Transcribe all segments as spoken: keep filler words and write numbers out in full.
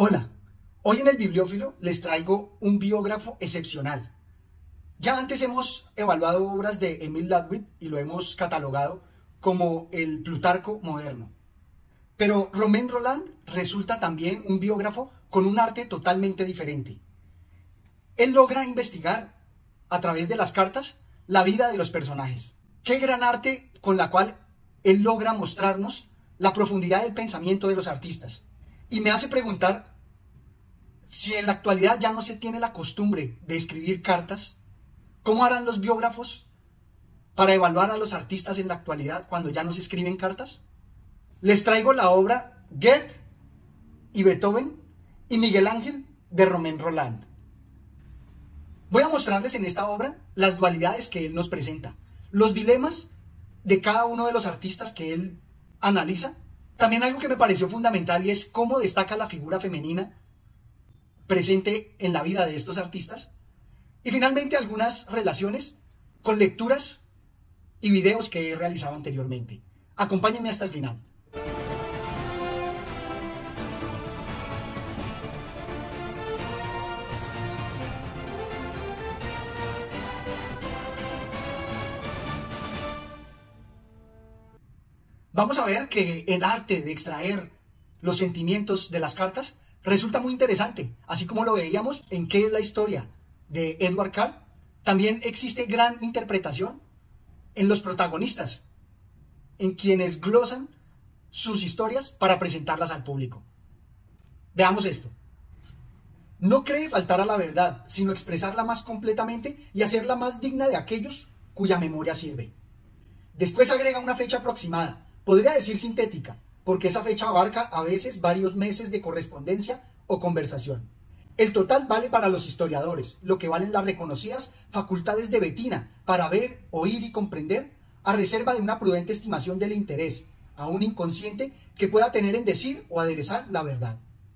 Hola, hoy en el Bibliófilo les traigo un biógrafo excepcional. Ya antes hemos evaluado obras de Émile Ludwig y lo hemos catalogado como el Plutarco moderno. Pero Romain Rolland resulta también un biógrafo con un arte totalmente diferente. Él logra investigar a través de las cartas la vida de los personajes. Qué gran arte con la cual él logra mostrarnos la profundidad del pensamiento de los artistas. Y me hace preguntar si en la actualidad ya no se tiene la costumbre de escribir cartas, ¿cómo harán los biógrafos para evaluar a los artistas en la actualidad cuando ya no se escriben cartas? Les traigo la obra Goethe y Beethoven y Miguel Ángel de Romain Rolland. Voy a mostrarles en esta obra las dualidades que él nos presenta, los dilemas de cada uno de los artistas que él analiza. También algo que me pareció fundamental y es cómo destaca la figura femenina presente en la vida de estos artistas. Y finalmente algunas relaciones con lecturas y videos que he realizado anteriormente. Acompáñenme hasta el final. Vamos a ver que el arte de extraer los sentimientos de las cartas resulta muy interesante, así como lo veíamos en ¿Qué es la historia?, de Edward Carr. También existe gran interpretación en los protagonistas, en quienes glosan sus historias para presentarlas al público. Veamos esto. No cree faltar a la verdad, sino expresarla más completamente y hacerla más digna de aquellos cuya memoria sirve. Después agrega una fecha aproximada, podría decir sintética, porque esa fecha abarca a veces varios meses de correspondencia o conversación. El total vale para los historiadores, lo que valen las reconocidas facultades de Betina para ver, oír y comprender, a reserva de una prudente estimación del interés, aún inconsciente, que pueda tener en decir o aderezar la verdad.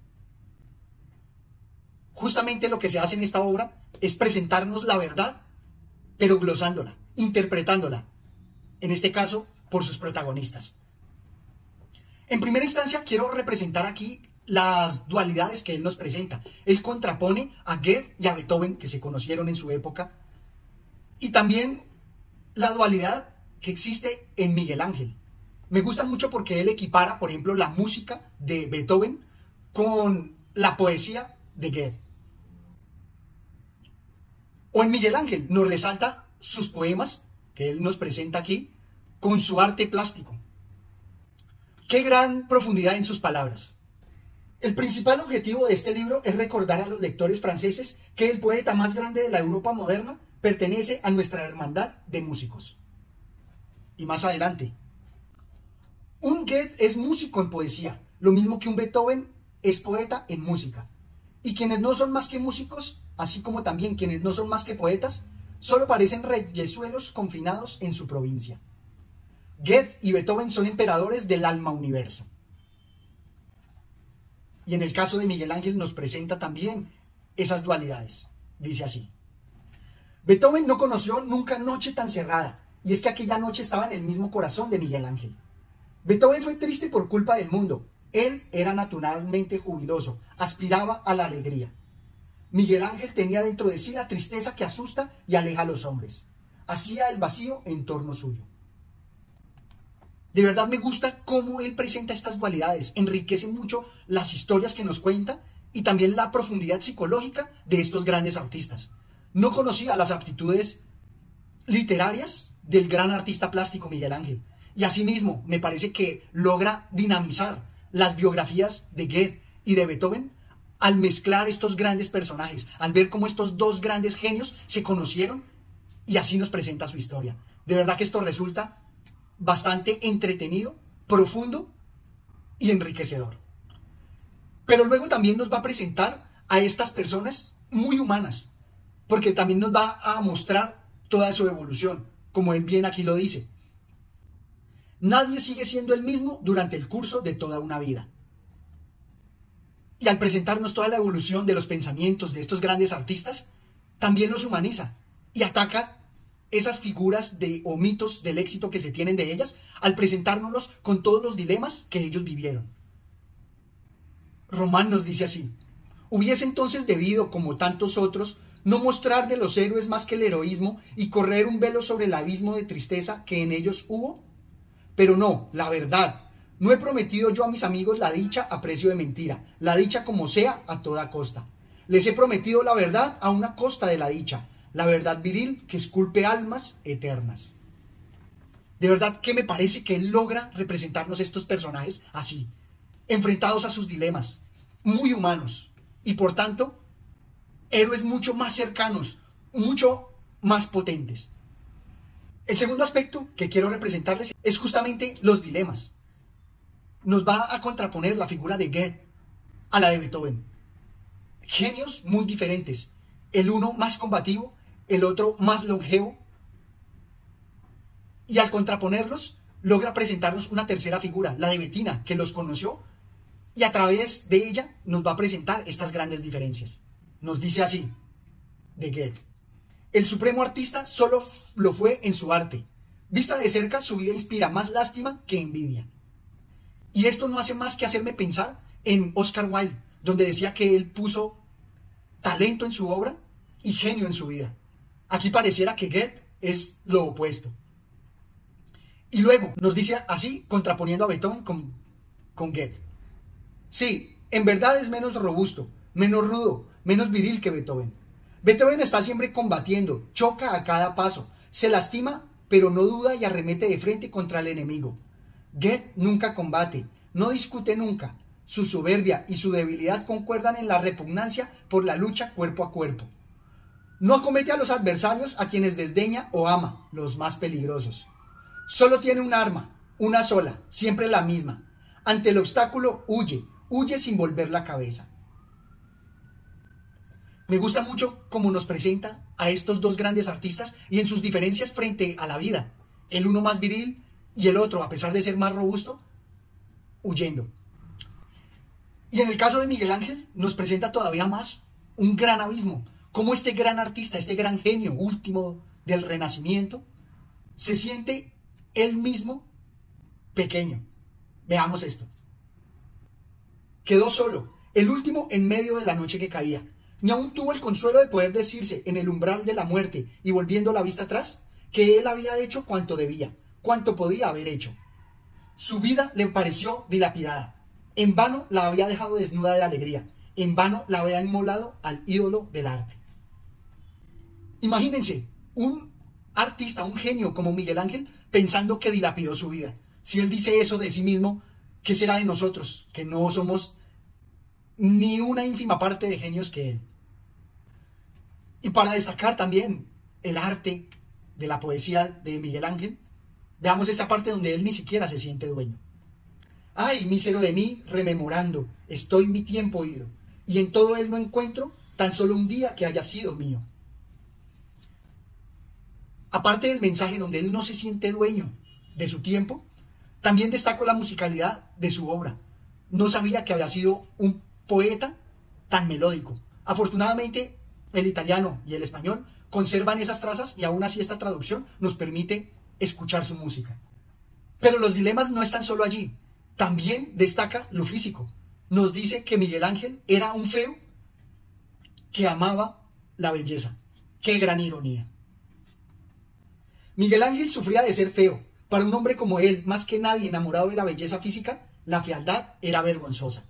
Justamente lo que se hace en esta obra es presentarnos la verdad, pero glosándola, interpretándola, en este caso por sus protagonistas. En primera instancia quiero representar aquí las dualidades que él nos presenta. Él contrapone a Goethe y a Beethoven, que se conocieron en su época, y también la dualidad que existe en Miguel Ángel. Me gusta mucho porque él equipara, por ejemplo, la música de Beethoven con la poesía de Goethe. O en Miguel Ángel nos resalta sus poemas, que él nos presenta aquí, con su arte plástico. Qué gran profundidad en sus palabras. El principal objetivo de este libro es recordar a los lectores franceses que el poeta más grande de la Europa moderna pertenece a nuestra hermandad de músicos. Y más adelante, un Goethe es músico en poesía, lo mismo que un Beethoven es poeta en música. Y quienes no son más que músicos, así como también quienes no son más que poetas, solo parecen reyesuelos confinados en su provincia. Goethe y Beethoven son emperadores del alma universo. Y en el caso de Miguel Ángel nos presenta también esas dualidades. Dice así: Beethoven no conoció nunca noche tan cerrada, y es que aquella noche estaba en el mismo corazón de Miguel Ángel. Beethoven fue triste por culpa del mundo. Él era naturalmente jubiloso, aspiraba a la alegría. Miguel Ángel tenía dentro de sí la tristeza que asusta y aleja a los hombres. Hacía el vacío en torno suyo. De verdad me gusta cómo él presenta estas dualidades, enriquece mucho las historias que nos cuenta y también la profundidad psicológica de estos grandes artistas. No conocía las aptitudes literarias del gran artista plástico Miguel Ángel, y asimismo me parece que logra dinamizar las biografías de Goethe y de Beethoven al mezclar estos grandes personajes, al ver cómo estos dos grandes genios se conocieron y así nos presenta su historia. De verdad que esto resulta bastante entretenido, profundo y enriquecedor. Pero luego también nos va a presentar a estas personas muy humanas, porque también nos va a mostrar toda su evolución, como él bien aquí lo dice. Nadie sigue siendo el mismo durante el curso de toda una vida. Y al presentarnos toda la evolución de los pensamientos de estos grandes artistas, también los humaniza y ataca esas figuras de, o mitos del éxito que se tienen de ellas, al presentárnoslos con todos los dilemas que ellos vivieron. Román nos dice así: hubiese entonces debido, como tantos otros, no mostrar de los héroes más que el heroísmo y correr un velo sobre el abismo de tristeza que en ellos hubo. Pero no, la verdad, no he prometido yo a mis amigos la dicha a precio de mentira, la dicha como sea a toda costa. Les he prometido la verdad a una costa de la dicha, la verdad viril que esculpe almas eternas. De verdad que me parece que él logra representarnos estos personajes así, enfrentados a sus dilemas, muy humanos y por tanto héroes mucho más cercanos, mucho más potentes. El segundo aspecto que quiero representarles es justamente los dilemas. Nos va a contraponer la figura de Goethe a la de Beethoven. Genios muy diferentes, el uno más combativo, el otro más longevo, y al contraponerlos logra presentarnos una tercera figura, la de Bettina, que los conoció y a través de ella nos va a presentar estas grandes diferencias. Nos dice así de Goethe: el supremo artista solo lo fue en su arte. Vista de cerca, su vida inspira más lástima que envidia. Y esto no hace más que hacerme pensar en Oscar Wilde, donde decía que él puso talento en su obra y genio en su vida. Aquí pareciera que Goethe es lo opuesto. Y luego nos dice así, contraponiendo a Beethoven con, con Goethe: sí, en verdad es menos robusto, menos rudo, menos viril que Beethoven. Beethoven está siempre combatiendo, choca a cada paso, se lastima, pero no duda y arremete de frente contra el enemigo. Goethe nunca combate, no discute nunca. Su soberbia y su debilidad concuerdan en la repugnancia por la lucha cuerpo a cuerpo. No acomete a los adversarios a quienes desdeña o ama, los más peligrosos. Solo tiene un arma, una sola, siempre la misma. Ante el obstáculo huye, huye sin volver la cabeza. Me gusta mucho cómo nos presenta a estos dos grandes artistas y en sus diferencias frente a la vida. El uno más viril y el otro, a pesar de ser más robusto, huyendo. Y en el caso de Miguel Ángel nos presenta todavía más un gran abismo. Cómo este gran artista, este gran genio último del Renacimiento, se siente él mismo pequeño. Veamos esto. Quedó solo, el último en medio de la noche que caía. Ni aún tuvo el consuelo de poder decirse en el umbral de la muerte y volviendo la vista atrás, que él había hecho cuanto debía, cuanto podía haber hecho. Su vida le pareció dilapidada. En vano la había dejado desnuda de alegría. En vano la había inmolado al ídolo del arte. Imagínense, un artista, un genio como Miguel Ángel, pensando que dilapidó su vida. Si él dice eso de sí mismo, ¿qué será de nosotros? Que no somos ni una ínfima parte de genios que él. Y para destacar también el arte de la poesía de Miguel Ángel, veamos esta parte donde él ni siquiera se siente dueño. Ay, mísero de mí, rememorando, estoy mi tiempo ido, y en todo él no encuentro tan solo un día que haya sido mío. Aparte del mensaje donde él no se siente dueño de su tiempo, también destaco la musicalidad de su obra. No sabía que había sido un poeta tan melódico. Afortunadamente, el italiano y el español conservan esas trazas y aún así esta traducción nos permite escuchar su música. Pero los dilemas no están solo allí. También destaca lo físico. Nos dice que Miguel Ángel era un feo que amaba la belleza. ¡Qué gran ironía! Miguel Ángel sufría de ser feo. Para un hombre como él, más que nadie enamorado de la belleza física, la fealdad era vergonzosa.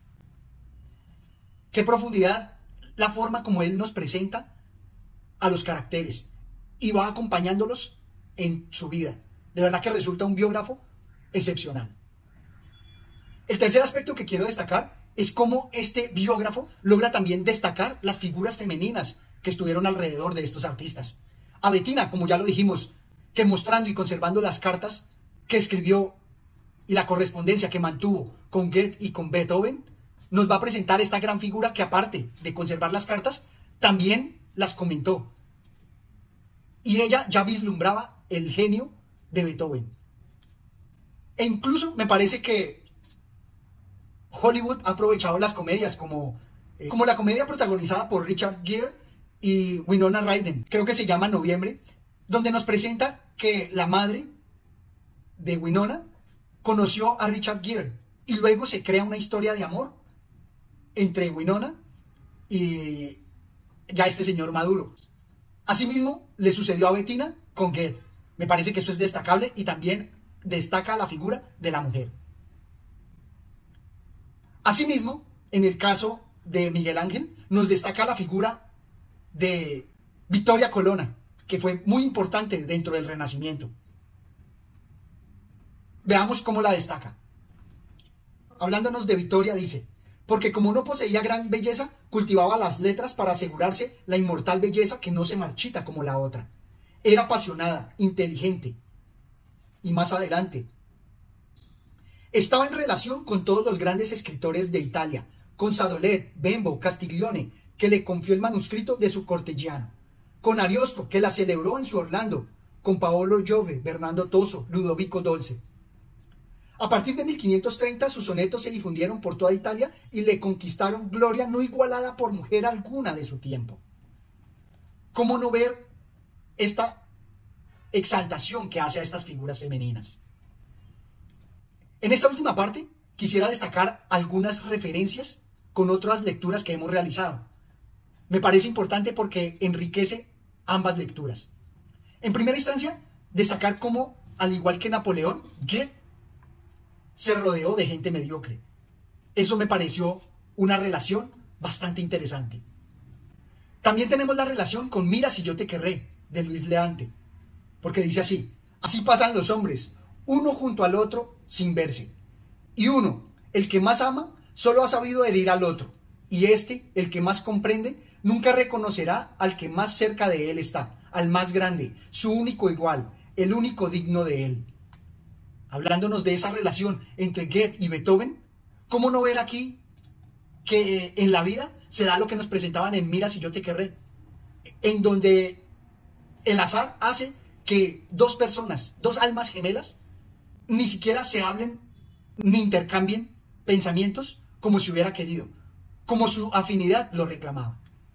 Qué profundidad la forma como él nos presenta a los caracteres y va acompañándolos en su vida. De verdad que resulta un biógrafo excepcional. El tercer aspecto que quiero destacar es cómo este biógrafo logra también destacar las figuras femeninas que estuvieron alrededor de estos artistas. A Bettina, como ya lo dijimos, que mostrando y conservando las cartas que escribió y la correspondencia que mantuvo con Goethe y con Beethoven, nos va a presentar esta gran figura que, aparte de conservar las cartas, también las comentó. Y ella ya vislumbraba el genio de Beethoven. E incluso me parece que Hollywood ha aprovechado las comedias como, eh, como la comedia protagonizada por Richard Gere y Winona Ryder, creo que se llama Noviembre, donde nos presenta que la madre de Winona conoció a Richard Gere y luego se crea una historia de amor entre Winona y ya este señor Maduro. Asimismo, le sucedió a Bettina con Get. Me parece que eso es destacable y también destaca la figura de la mujer. Asimismo, en el caso de Miguel Ángel, nos destaca la figura de Vittoria Colonna, que fue muy importante dentro del Renacimiento. Veamos cómo la destaca. Hablándonos de Vittoria, dice: porque como no poseía gran belleza, cultivaba las letras para asegurarse la inmortal belleza que no se marchita como la otra. Era apasionada, inteligente. Y más adelante, estaba en relación con todos los grandes escritores de Italia, con Sadolet, Bembo, Castiglione, que le confió el manuscrito de su Cortegiano, con Ariosto, que la celebró en su Orlando, con Paolo Giove, Bernardo Toso, Ludovico Dolce. A partir de mil quinientos treinta, sus sonetos se difundieron por toda Italia y le conquistaron gloria no igualada por mujer alguna de su tiempo. ¿Cómo no ver esta exaltación que hace a estas figuras femeninas? En esta última parte, quisiera destacar algunas referencias con otras lecturas que hemos realizado. Me parece importante porque enriquece ambas lecturas. En primera instancia, destacar cómo, al igual que Napoleón, Goethe se rodeó de gente mediocre. Eso me pareció una relación bastante interesante. También tenemos la relación con Mira si yo te querré, de Luis Leante, porque dice así: así pasan los hombres, uno junto al otro sin verse. Y uno, el que más ama, solo ha sabido herir al otro. Y este, el que más comprende, nunca reconocerá al que más cerca de él está, al más grande, su único igual, el único digno de él. Hablándonos de esa relación entre Goethe y Beethoven, ¿cómo no ver aquí que en la vida se da lo que nos presentaban en Mira si yo te querré? En donde el azar hace que dos personas, dos almas gemelas, ni siquiera se hablen ni intercambien pensamientos como si hubiera querido, como su afinidad lo reclamaba.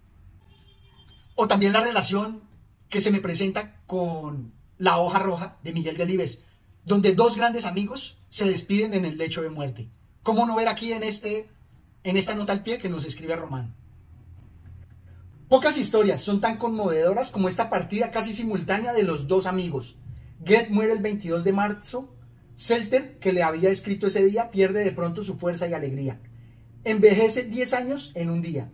O también la relación que se me presenta con La hoja roja de Miguel Delibes, donde dos grandes amigos se despiden en el lecho de muerte. ¿Cómo no ver aquí en, este, en esta nota al pie que nos escribe Román? Pocas historias son tan conmovedoras como esta partida casi simultánea de los dos amigos. Goethe muere el veintidós de marzo, Zelter, que le había escrito ese día, pierde de pronto su fuerza y alegría. Envejece diez años en un día.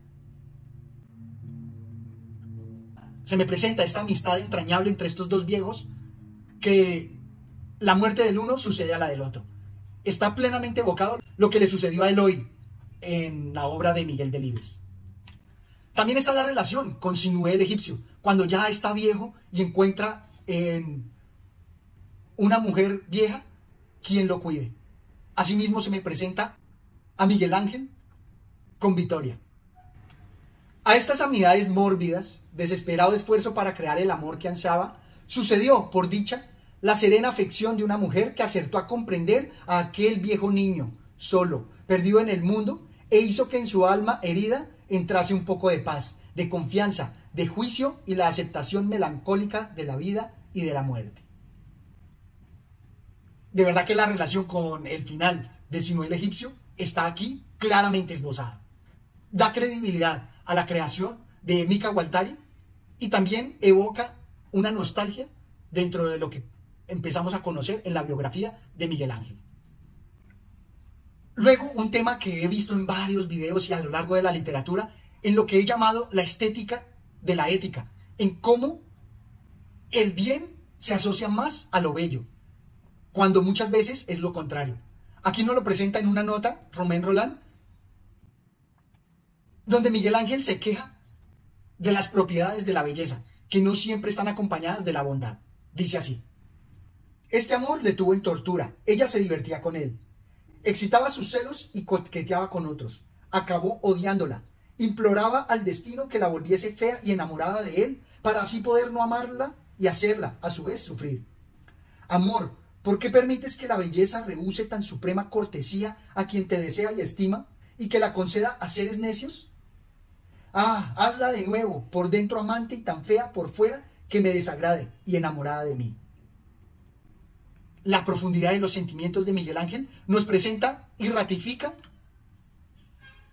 Se me presenta esta amistad entrañable entre estos dos viejos, que la muerte del uno sucede a la del otro. Está plenamente evocado lo que le sucedió a Eloy en la obra de Miguel Delibes. También está la relación con Sinué el egipcio, cuando ya está viejo y encuentra en una mujer vieja quien lo cuide. Asimismo se me presenta a Miguel Ángel con Vittoria. A estas amenidades mórbidas, desesperado esfuerzo para crear el amor que ansiaba, sucedió, por dicha, la serena afección de una mujer que acertó a comprender a aquel viejo niño, solo, perdido en el mundo, e hizo que en su alma herida entrase un poco de paz, de confianza, de juicio y la aceptación melancólica de la vida y de la muerte. De verdad que la relación con el final de Sinué el egipcio está aquí claramente esbozada. Da credibilidad a la creación de Mika Waltari y también evoca una nostalgia dentro de lo que empezamos a conocer en la biografía de Miguel Ángel. Luego, un tema que he visto en varios videos y a lo largo de la literatura, en lo que he llamado la estética de la ética, en cómo el bien se asocia más a lo bello, cuando muchas veces es lo contrario. Aquí nos lo presenta en una nota Romain Rolland, donde Miguel Ángel se queja de las propiedades de la belleza, que no siempre están acompañadas de la bondad. Dice así: este amor le tuvo en tortura, ella se divertía con él, excitaba sus celos y coqueteaba con otros, acabó odiándola, imploraba al destino que la volviese fea y enamorada de él, para así poder no amarla y hacerla, a su vez, sufrir. Amor, ¿por qué permites que la belleza rehúse tan suprema cortesía a quien te desea y estima, y que la conceda a seres necios? Ah, hazla de nuevo, por dentro amante y tan fea por fuera que me desagrade y enamorada de mí. La profundidad de los sentimientos de Miguel Ángel nos presenta y ratifica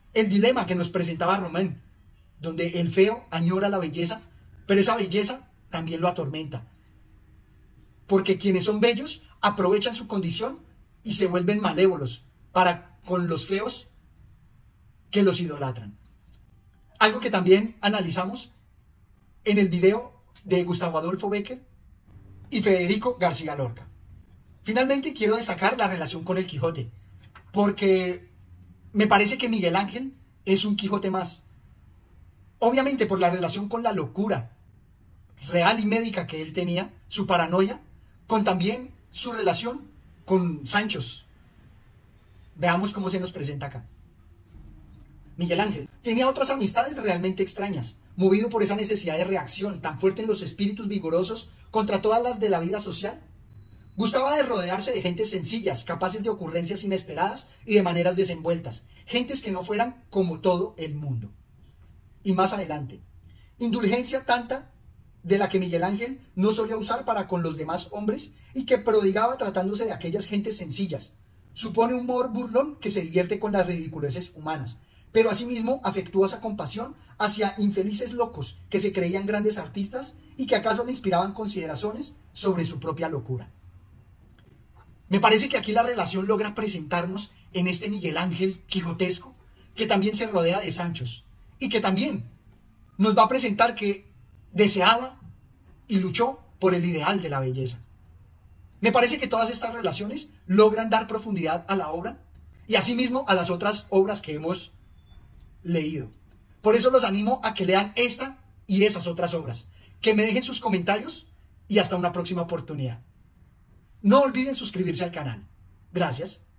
el dilema que nos presentaba Román, donde el feo añora la belleza, pero esa belleza también lo atormenta. Porque quienes son bellos aprovechan su condición y se vuelven malévolos para con los feos que los idolatran. Algo que también analizamos en el video de Gustavo Adolfo Bécquer y Federico García Lorca. Finalmente quiero destacar la relación con el Quijote, porque me parece que Miguel Ángel es un Quijote más. Obviamente por la relación con la locura real y médica que él tenía, su paranoia, con también su relación con Sanchos. Veamos cómo se nos presenta acá. Miguel Ángel tenía otras amistades realmente extrañas, movido por esa necesidad de reacción tan fuerte en los espíritus vigorosos contra todas las de la vida social. Gustaba de rodearse de gentes sencillas, capaces de ocurrencias inesperadas y de maneras desenvueltas, gentes que no fueran como todo el mundo. Y más adelante, indulgencia tanta de la que Miguel Ángel no solía usar para con los demás hombres y que prodigaba tratándose de aquellas gentes sencillas. Supone un humor burlón que se divierte con las ridiculeces humanas, pero asimismo afectuosa compasión hacia infelices locos que se creían grandes artistas y que acaso le inspiraban consideraciones sobre su propia locura. Me parece que aquí la relación logra presentarnos en este Miguel Ángel quijotesco, que también se rodea de Sanchos, y que también nos va a presentar que deseaba y luchó por el ideal de la belleza. Me parece que todas estas relaciones logran dar profundidad a la obra y asimismo a las otras obras que hemos leído. Por eso los animo a que lean esta y esas otras obras, que me dejen sus comentarios y hasta una próxima oportunidad. No olviden suscribirse al canal. Gracias.